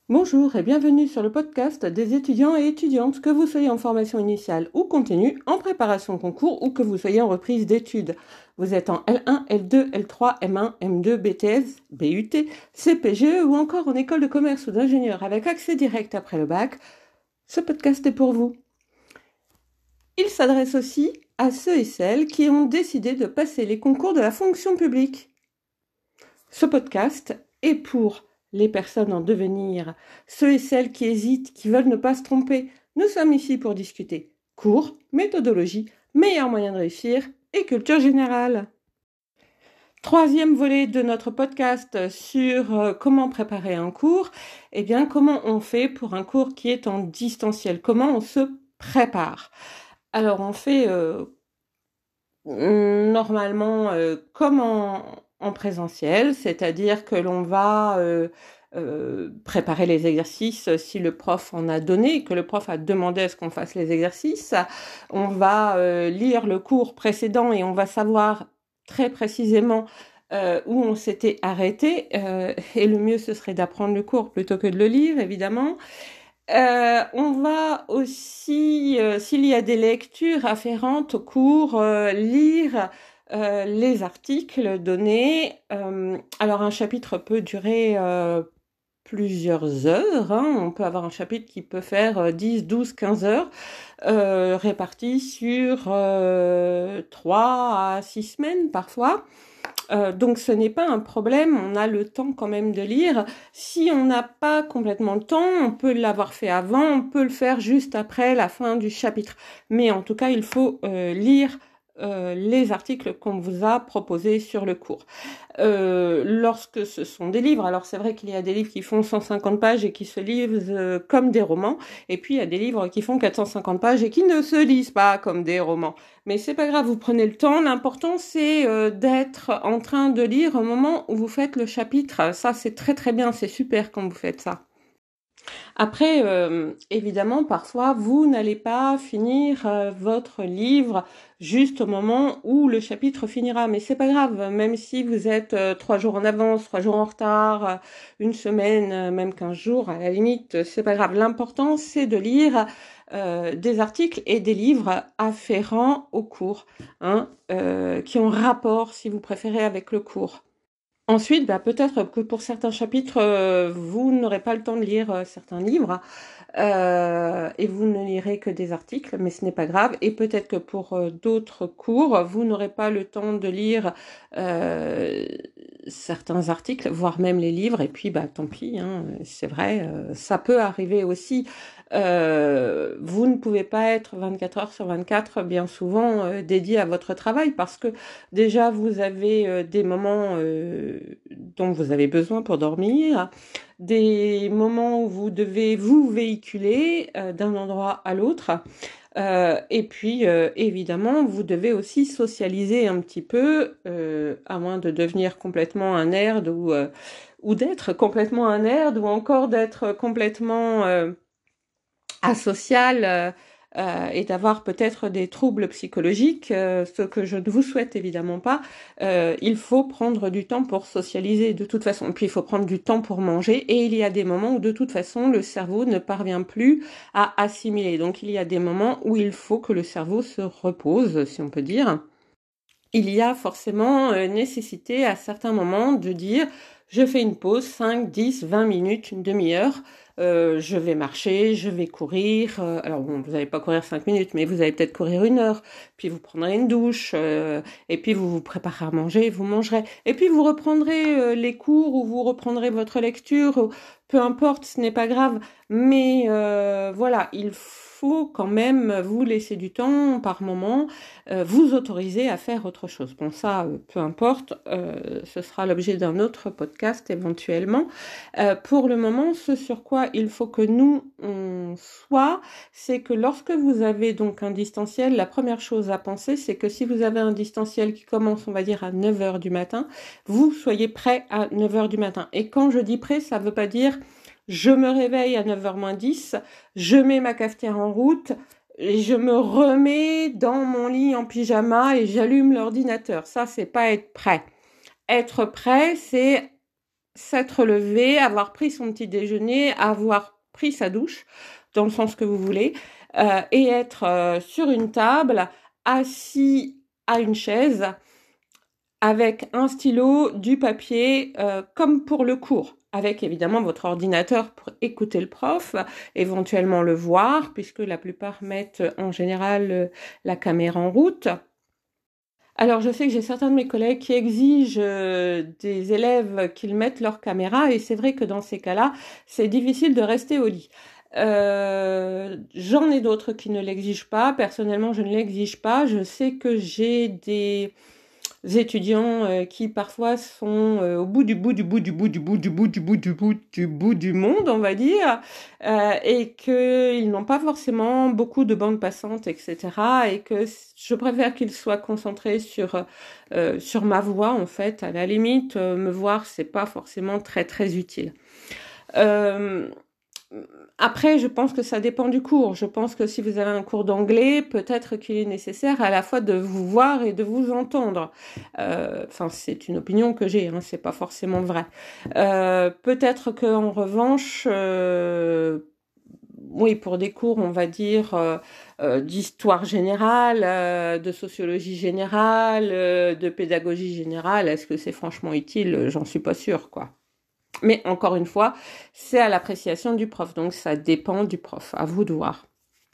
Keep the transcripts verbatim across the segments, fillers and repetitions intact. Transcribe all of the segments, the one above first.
Bonjour et bienvenue sur le podcast des étudiants et étudiantes, que vous soyez en formation initiale ou continue, en préparation concours ou que vous soyez en reprise d'études. Vous êtes en L un, L deux, L trois, M un, M deux, B T S, B U T, C P G E ou encore en école de commerce ou d'ingénieur avec accès direct après le bac. Ce podcast est pour vous. Il s'adresse aussi à ceux et celles qui ont décidé de passer les concours de la fonction publique. Ce podcast est pour les personnes en devenir, ceux et celles qui hésitent, qui veulent ne pas se tromper. Nous sommes ici pour discuter cours, méthodologie, meilleurs moyens de réussir et culture générale. Troisième volet de notre podcast sur euh, comment préparer un cours, eh bien comment on fait pour un cours qui est en distanciel, comment on se prépare. Alors on fait euh, normalement euh, comme en, en présentiel, c'est-à-dire que l'on va euh, euh, préparer les exercices si le prof en a donné, que le prof a demandé à ce qu'on fasse les exercices. On va euh, lire le cours précédent et on va savoir très précisément euh, où on s'était arrêté. Euh, et le mieux, ce serait d'apprendre le cours plutôt que de le lire, évidemment. Euh, on va aussi, euh, s'il y a des lectures afférentes au cours, euh, lire euh, les articles donnés. Euh, alors un chapitre peut durer euh, plusieurs heures, hein. On peut avoir un chapitre qui peut faire euh, dix, douze, quinze heures, euh, répartis sur euh, trois à six semaines parfois. Euh, donc ce n'est pas un problème, on a le temps quand même de lire. Si on n'a pas complètement le temps, on peut l'avoir fait avant, on peut le faire juste après la fin du chapitre. Mais en tout cas, il faut euh, lire euh, les articles qu'on vous a proposés sur le cours. Euh, lorsque ce sont des livres, alors c'est vrai qu'il y a des livres qui font cent cinquante pages et qui se lisent euh, comme des romans, et puis il y a des livres qui font quatre cent cinquante pages et qui ne se lisent pas comme des romans. Mais c'est pas grave, vous prenez le temps. L'important c'est euh, d'être en train de lire au moment où vous faites le chapitre. Ça c'est très très bien, c'est super quand vous faites ça. Après, euh, évidemment, parfois, vous n'allez pas finir euh, votre livre juste au moment où le chapitre finira. Mais c'est pas grave, même si vous êtes euh, trois jours en avance, trois jours en retard, euh, une semaine, euh, même quinze jours, à la limite, c'est pas grave. L'important, c'est de lire euh, des articles et des livres afférents au cours, hein, euh, qui ont rapport, si vous préférez, avec le cours. Ensuite, bah, peut-être que pour certains chapitres, euh, vous n'aurez pas le temps de lire euh, certains livres euh, et vous ne lirez que des articles, mais ce n'est pas grave. Et peut-être que pour euh, d'autres cours, vous n'aurez pas le temps de lire euh, certains articles, voire même les livres. Et puis, bah, tant pis, hein, c'est vrai, euh, ça peut arriver aussi. Euh, vous ne pouvez pas être vingt-quatre heures sur vingt-quatre bien souvent euh, dédié à votre travail parce que déjà vous avez euh, des moments euh, dont vous avez besoin pour dormir, des moments où vous devez vous véhiculer euh, d'un endroit à l'autre. Euh, et puis, euh, évidemment, vous devez aussi socialiser un petit peu, euh, à moins de devenir complètement un nerd ou, euh, ou d'être complètement un nerd ou encore d'être complètement euh, asocial euh, euh, et d'avoir peut-être des troubles psychologiques, euh, ce que je ne vous souhaite évidemment pas. Euh, il faut prendre du temps pour socialiser de toute façon. Et puis il faut prendre du temps pour manger. Et il y a des moments où de toute façon le cerveau ne parvient plus à assimiler. Donc il y a des moments où il faut que le cerveau se repose, si on peut dire. Il y a forcément euh, nécessité à certains moments de dire je fais une pause, cinq, dix, vingt minutes, une demi-heure, euh, je vais marcher, je vais courir. Euh, alors bon, vous n'allez pas courir cinq minutes, mais vous allez peut-être courir une heure, puis vous prendrez une douche, euh, et puis vous vous préparez à manger, vous mangerez. Et puis vous reprendrez euh, les cours ou vous reprendrez votre lecture, peu importe, ce n'est pas grave. Mais euh, voilà, il faut quand même vous laisser du temps par moment, euh, vous autoriser à faire autre chose. Bon, ça, euh, peu importe, euh, ce sera l'objet d'un autre podcast éventuellement. Euh, pour le moment, ce sur quoi il faut que nous, on soit, c'est que lorsque vous avez donc un distanciel, la première chose à penser, c'est que si vous avez un distanciel qui commence, on va dire, à neuf heures du matin, vous soyez prêt à neuf heures du matin. Et quand je dis prêt, ça ne veut pas dire je me réveille à neuf heures moins dix, je mets ma cafetière en route, et je me remets dans mon lit en pyjama et j'allume l'ordinateur. Ça, c'est pas être prêt. Être prêt, c'est s'être levé, avoir pris son petit déjeuner, avoir pris sa douche, dans le sens que vous voulez, euh, et être euh, sur une table, assis à une chaise, avec un stylo, du papier, euh, comme pour le cours, avec évidemment votre ordinateur pour écouter le prof, éventuellement le voir, puisque la plupart mettent en général euh, la caméra en route. Alors, je sais que j'ai certains de mes collègues qui exigent euh, des élèves qu'ils mettent leur caméra, et c'est vrai que dans ces cas-là, c'est difficile de rester au lit. Euh, j'en ai d'autres qui ne l'exigent pas. Personnellement, je ne l'exige pas. Je sais que j'ai des étudiants euh, qui parfois sont euh, au bout du bout du bout du bout du bout du bout du bout du bout du bout du monde, on va dire, euh, et qu'ils n'ont pas forcément beaucoup de bandes passantes, et cetera. Et que je préfère qu'ils soient concentrés sur euh, sur ma voix, en fait. À la limite, euh, me voir, c'est pas forcément très très utile. Euh, Après, je pense que ça dépend du cours. Je pense que si vous avez un cours d'anglais, peut-être qu'il est nécessaire à la fois de vous voir et de vous entendre. Euh, Enfin, c'est une opinion que j'ai, hein, c'est pas forcément vrai. Euh, peut-être qu'en revanche, euh, oui, pour des cours, on va dire, euh, euh, d'histoire générale, euh, de sociologie générale, euh, de pédagogie générale, est-ce que c'est franchement utile? J'en suis pas sûre, quoi. Mais encore une fois, c'est à l'appréciation du prof, donc ça dépend du prof, à vous de voir.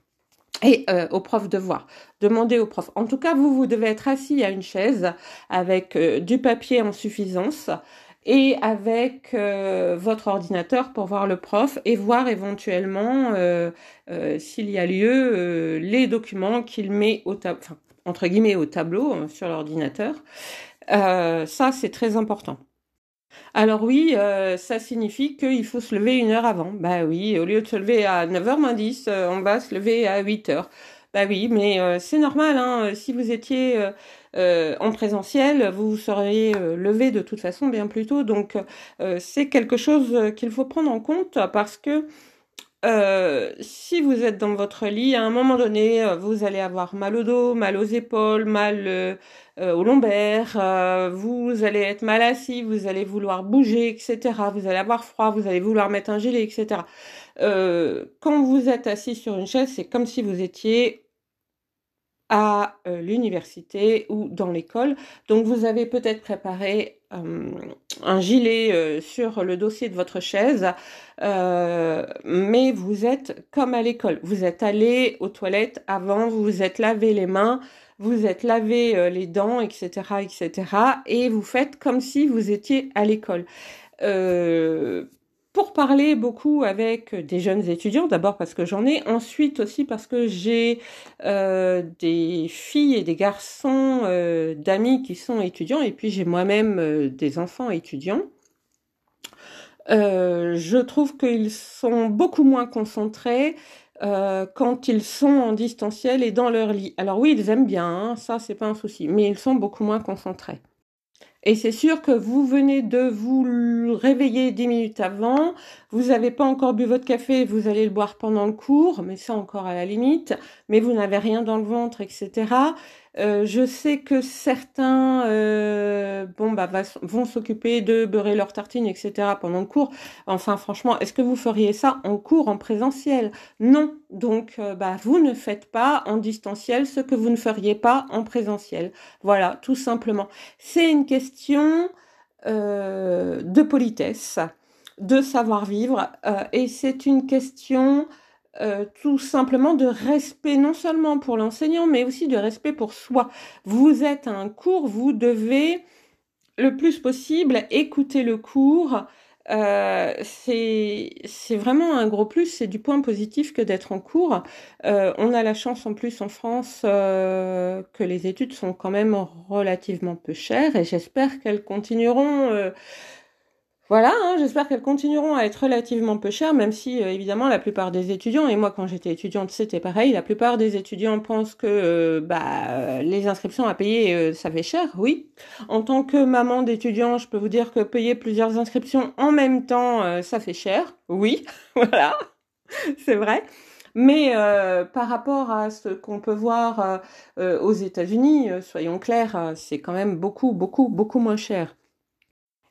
Et euh, au prof de voir, demandez au prof. En tout cas, vous, vous devez être assis à une chaise avec euh, du papier en suffisance et avec euh, votre ordinateur pour voir le prof et voir éventuellement, euh, euh, s'il y a lieu, euh, les documents qu'il met au tableau, enfin, entre guillemets au tableau euh, sur l'ordinateur. Euh, ça, c'est très important. Alors oui, euh, ça signifie qu'il faut se lever une heure avant. Bah oui, au lieu de se lever à neuf heures moins dix, euh, on va se lever à huit heures. Bah oui, mais euh, c'est normal, hein. Si vous étiez euh, euh, en présentiel, vous vous seriez euh, levé de toute façon bien plus tôt. Donc euh, c'est quelque chose euh, qu'il faut prendre en compte parce que euh, si vous êtes dans votre lit, à un moment donné, euh, vous allez avoir mal au dos, mal aux épaules, mal euh, euh, aux lombaires, euh, vous allez être mal assis, vous allez vouloir bouger, et cetera. Vous allez avoir froid, vous allez vouloir mettre un gilet, et cetera. Euh, quand vous êtes assis sur une chaise, c'est comme si vous étiez à euh, l'université ou dans l'école. Donc vous avez peut-être préparé euh, un gilet euh, sur le dossier de votre chaise, euh, mais vous êtes comme à l'école. Vous êtes allé aux toilettes avant, vous vous êtes lavé les mains, vous êtes lavé euh, les dents, et cetera, et cetera. Et vous faites comme si vous étiez à l'école. Euh, pour parler beaucoup avec des jeunes étudiants, d'abord parce que j'en ai, ensuite aussi parce que j'ai euh, des filles et des garçons euh, d'amis qui sont étudiants, et puis j'ai moi-même euh, des enfants étudiants. Euh, je trouve qu'ils sont beaucoup moins concentrés euh, quand ils sont en distanciel et dans leur lit. Alors oui, ils aiment bien, hein, ça c'est pas un souci, mais ils sont beaucoup moins concentrés. Et c'est sûr que vous venez de vous réveiller dix minutes avant, vous n'avez pas encore bu votre café, vous allez le boire pendant le cours, mais ça encore à la limite, mais vous n'avez rien dans le ventre, et cetera. Euh, je sais que certains euh, bon, bah, va- vont s'occuper de beurrer leurs tartines, et cetera pendant le cours. Enfin, franchement, est-ce que vous feriez ça en cours, en présentiel? Non. Donc, euh, bah, vous ne faites pas en distanciel ce que vous ne feriez pas en présentiel. Voilà, tout simplement. C'est une question euh, de politesse, de savoir-vivre, euh, et c'est une question euh, tout simplement de respect, non seulement pour l'enseignant, mais aussi de respect pour soi. Vous êtes à un cours, vous devez le plus possible écouter le cours. Euh, c'est c'est vraiment un gros plus, c'est du point positif que d'être en cours. Euh, on a la chance en plus en France euh, que les études sont quand même relativement peu chères, et j'espère qu'elles continueront euh, voilà, hein, j'espère qu'elles continueront à être relativement peu chères, même si euh, évidemment la plupart des étudiants, et moi quand j'étais étudiante c'était pareil, la plupart des étudiants pensent que euh, bah, euh, les inscriptions à payer euh, ça fait cher, oui. En tant que maman d'étudiant, je peux vous dire que payer plusieurs inscriptions en même temps, euh, ça fait cher, oui, voilà, c'est vrai. Mais euh, par rapport à ce qu'on peut voir euh, euh, aux États-Unis, euh, soyons clairs, euh, c'est quand même beaucoup, beaucoup, beaucoup moins cher.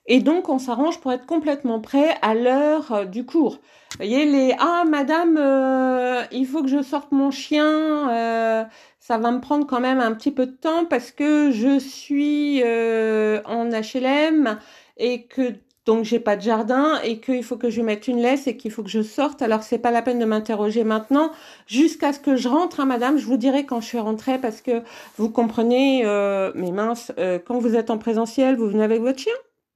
Et donc, on s'arrange pour être complètement prêt à l'heure euh, du cours. Vous voyez, les « Ah, madame, euh, il faut que je sorte mon chien, euh, ça va me prendre quand même un petit peu de temps parce que je suis euh, en H L M et que donc j'ai pas de jardin et qu'il faut que je mette une laisse et qu'il faut que je sorte. Alors, c'est pas la peine de m'interroger maintenant jusqu'à ce que je rentre, hein, madame. Je vous dirai quand je suis rentrée parce que vous comprenez, euh, mais mince, euh, quand vous êtes en présentiel, vous venez avec votre chien?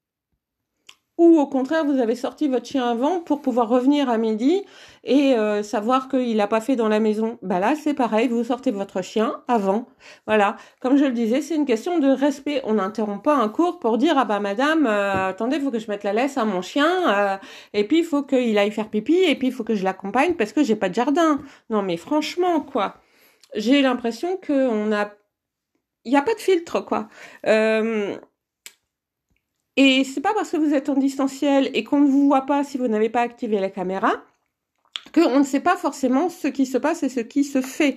Ou au contraire, vous avez sorti votre chien avant pour pouvoir revenir à midi et euh, savoir qu'il n'a pas fait dans la maison. Bah là, c'est pareil, vous sortez votre chien avant. Voilà, comme je le disais, c'est une question de respect. On n'interrompt pas un cours pour dire « Ah bah madame, euh, attendez, il faut que je mette la laisse à mon chien, euh, et puis il faut qu'il aille faire pipi, et puis il faut que je l'accompagne parce que j'ai pas de jardin. » Non mais franchement, quoi. J'ai l'impression qu'on a... Il n'y a pas de filtre, quoi. Euh... Et c'est pas parce que vous êtes en distanciel et qu'on ne vous voit pas si vous n'avez pas activé la caméra qu'on ne sait pas forcément ce qui se passe et ce qui se fait.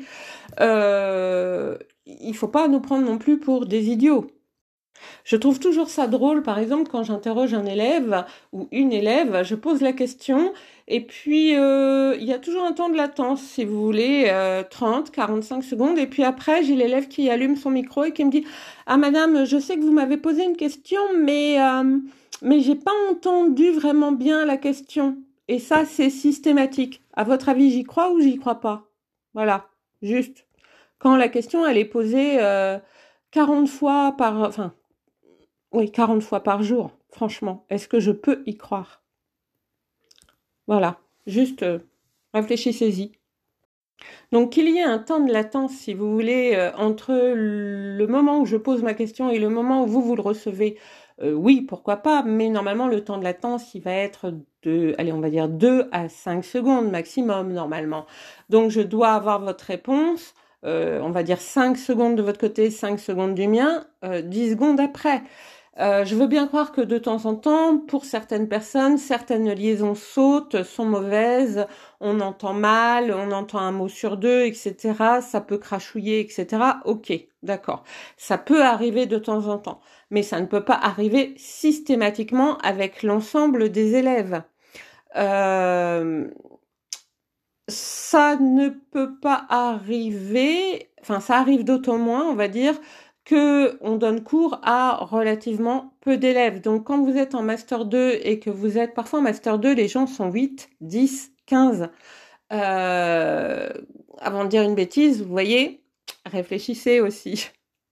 Euh, il faut pas nous prendre non plus pour des idiots. Je trouve toujours ça drôle, par exemple, quand j'interroge un élève ou une élève, je pose la question et puis euh, il y a toujours un temps de latence, si vous voulez, euh, trente, quarante-cinq secondes. Et puis après, j'ai l'élève qui allume son micro et qui me dit « Ah madame, je sais que vous m'avez posé une question, mais, euh, mais j'ai pas entendu vraiment bien la question. » Et ça, c'est systématique. À votre avis, j'y crois ou j'y crois pas? Voilà, juste. Quand la question, elle est posée euh, quarante fois par... Enfin, oui, quarante fois par jour, franchement. Est-ce que je peux y croire? Voilà, juste euh, réfléchissez-y. Donc, qu'il y ait un temps de latence, si vous voulez, euh, entre le moment où je pose ma question et le moment où vous, vous le recevez, euh, oui, pourquoi pas, mais normalement, le temps de latence, il va être de, allez, on va dire deux à cinq secondes maximum, normalement. Donc, je dois avoir votre réponse, euh, on va dire cinq secondes de votre côté, cinq secondes du mien, euh, dix secondes après. Euh, je veux bien croire que de temps en temps, pour certaines personnes, certaines liaisons sautent, sont mauvaises, on entend mal, on entend un mot sur deux, et cetera. Ça peut crachouiller, et cetera. Ok, d'accord. Ça peut arriver de temps en temps, mais ça ne peut pas arriver systématiquement avec l'ensemble des élèves. Euh, ça ne peut pas arriver, enfin ça arrive d'autant moins, on va dire, que on donne cours à relativement peu d'élèves. Donc, quand vous êtes en Master deux et que vous êtes parfois en Master deux, les gens sont huit, dix, quinze. Euh, avant de dire une bêtise, vous voyez, réfléchissez aussi.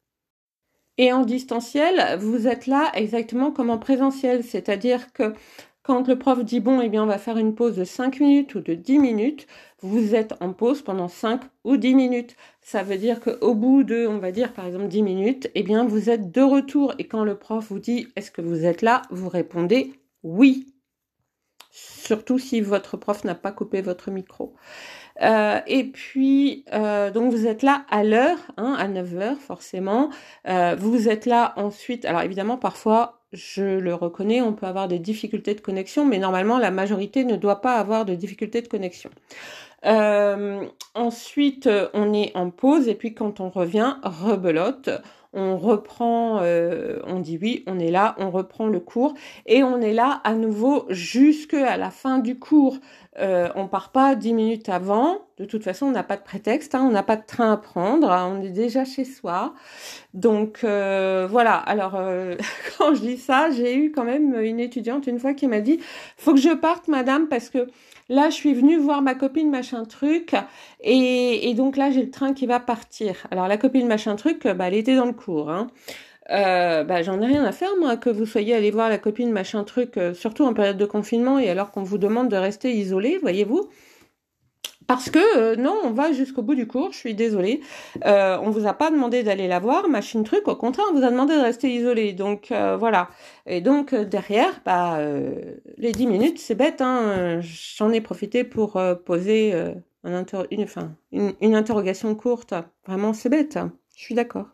Et en distanciel, vous êtes là exactement comme en présentiel, c'est-à-dire que quand le prof dit bon, eh bien, on va faire une pause de cinq minutes ou de dix minutes, vous êtes en pause pendant cinq ou dix minutes. Ça veut dire qu'au bout de, on va dire, par exemple, dix minutes, eh bien, vous êtes de retour. Et quand le prof vous dit, est-ce que vous êtes là? Vous répondez oui. Surtout si votre prof n'a pas coupé votre micro. Euh, et puis, euh, donc vous êtes là à l'heure, hein, à neuf heures forcément. Euh, vous êtes là ensuite. Alors évidemment, parfois, je le reconnais, on peut avoir des difficultés de connexion, mais normalement, la majorité ne doit pas avoir de difficultés de connexion. Euh, ensuite, on est en pause et puis quand on revient, rebelote. On reprend, euh, on dit oui, on est là, on reprend le cours et on est là à nouveau jusqu'à la fin du cours. Euh, on part pas dix minutes avant. De toute façon, on n'a pas de prétexte, hein, on n'a pas de train à prendre, hein, on est déjà chez soi. Donc euh, voilà. Alors euh, quand je dis ça, j'ai eu quand même une étudiante une fois qui m'a dit « Faut que je parte, madame, parce que là, je suis venue voir ma copine machin truc et, et donc là, j'ai le train qui va partir. » Alors la copine machin truc, bah, elle était dans le cours, hein. Euh, bah, j'en ai rien à faire, moi, que vous soyez allé voir la copine machin truc, euh, surtout en période de confinement et alors qu'on vous demande de rester isolé, voyez-vous. Parce que euh, non, on va jusqu'au bout du cours, je suis désolée. Euh, on vous a pas demandé d'aller la voir, machine truc, au contraire, on vous a demandé de rester isolé. Donc euh, voilà. Et donc euh, derrière, bah euh, les dix minutes, c'est bête, hein. J'en ai profité pour euh, poser euh, un inter- une, enfin, une, une interrogation courte. Vraiment, c'est bête. Hein. Je suis d'accord.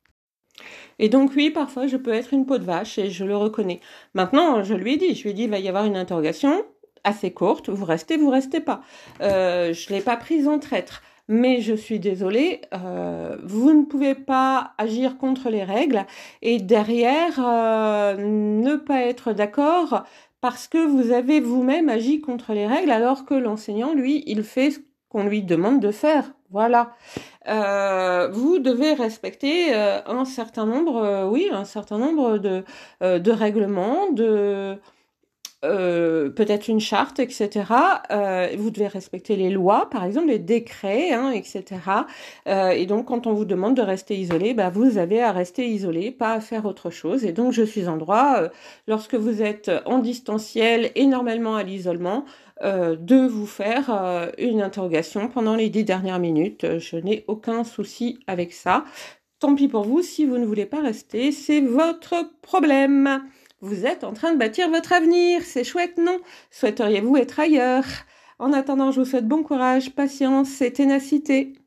Et donc oui, parfois je peux être une peau de vache et je le reconnais. Maintenant, je lui ai dit, je lui ai dit, il va y avoir une interrogation assez courte, vous restez, vous restez pas. Euh, je l'ai pas prise en traître. mais je suis désolée, euh, vous ne pouvez pas agir contre les règles et derrière euh, ne pas être d'accord parce que vous avez vous-même agi contre les règles alors que l'enseignant, lui, il fait ce qu'on lui demande de faire. Voilà. Euh, vous devez respecter euh, un certain nombre, euh, oui, un certain nombre de, euh, de règlements, de euh, peut-être une charte, et cetera. Euh, vous devez respecter les lois, par exemple les décrets, hein, et cetera. Euh, et donc, quand on vous demande de rester isolé, bah, vous avez à rester isolé, pas à faire autre chose. Et donc, je suis en droit, euh, lorsque vous êtes en distanciel et normalement à l'isolement, euh, de vous faire euh, une interrogation pendant les dix dernières minutes. Je n'ai aucun souci avec ça. Tant pis pour vous, si vous ne voulez pas rester, c'est votre problème. Vous êtes en train de bâtir votre avenir, c'est chouette, non? Souhaiteriez-vous être ailleurs? En attendant, je vous souhaite bon courage, patience et ténacité.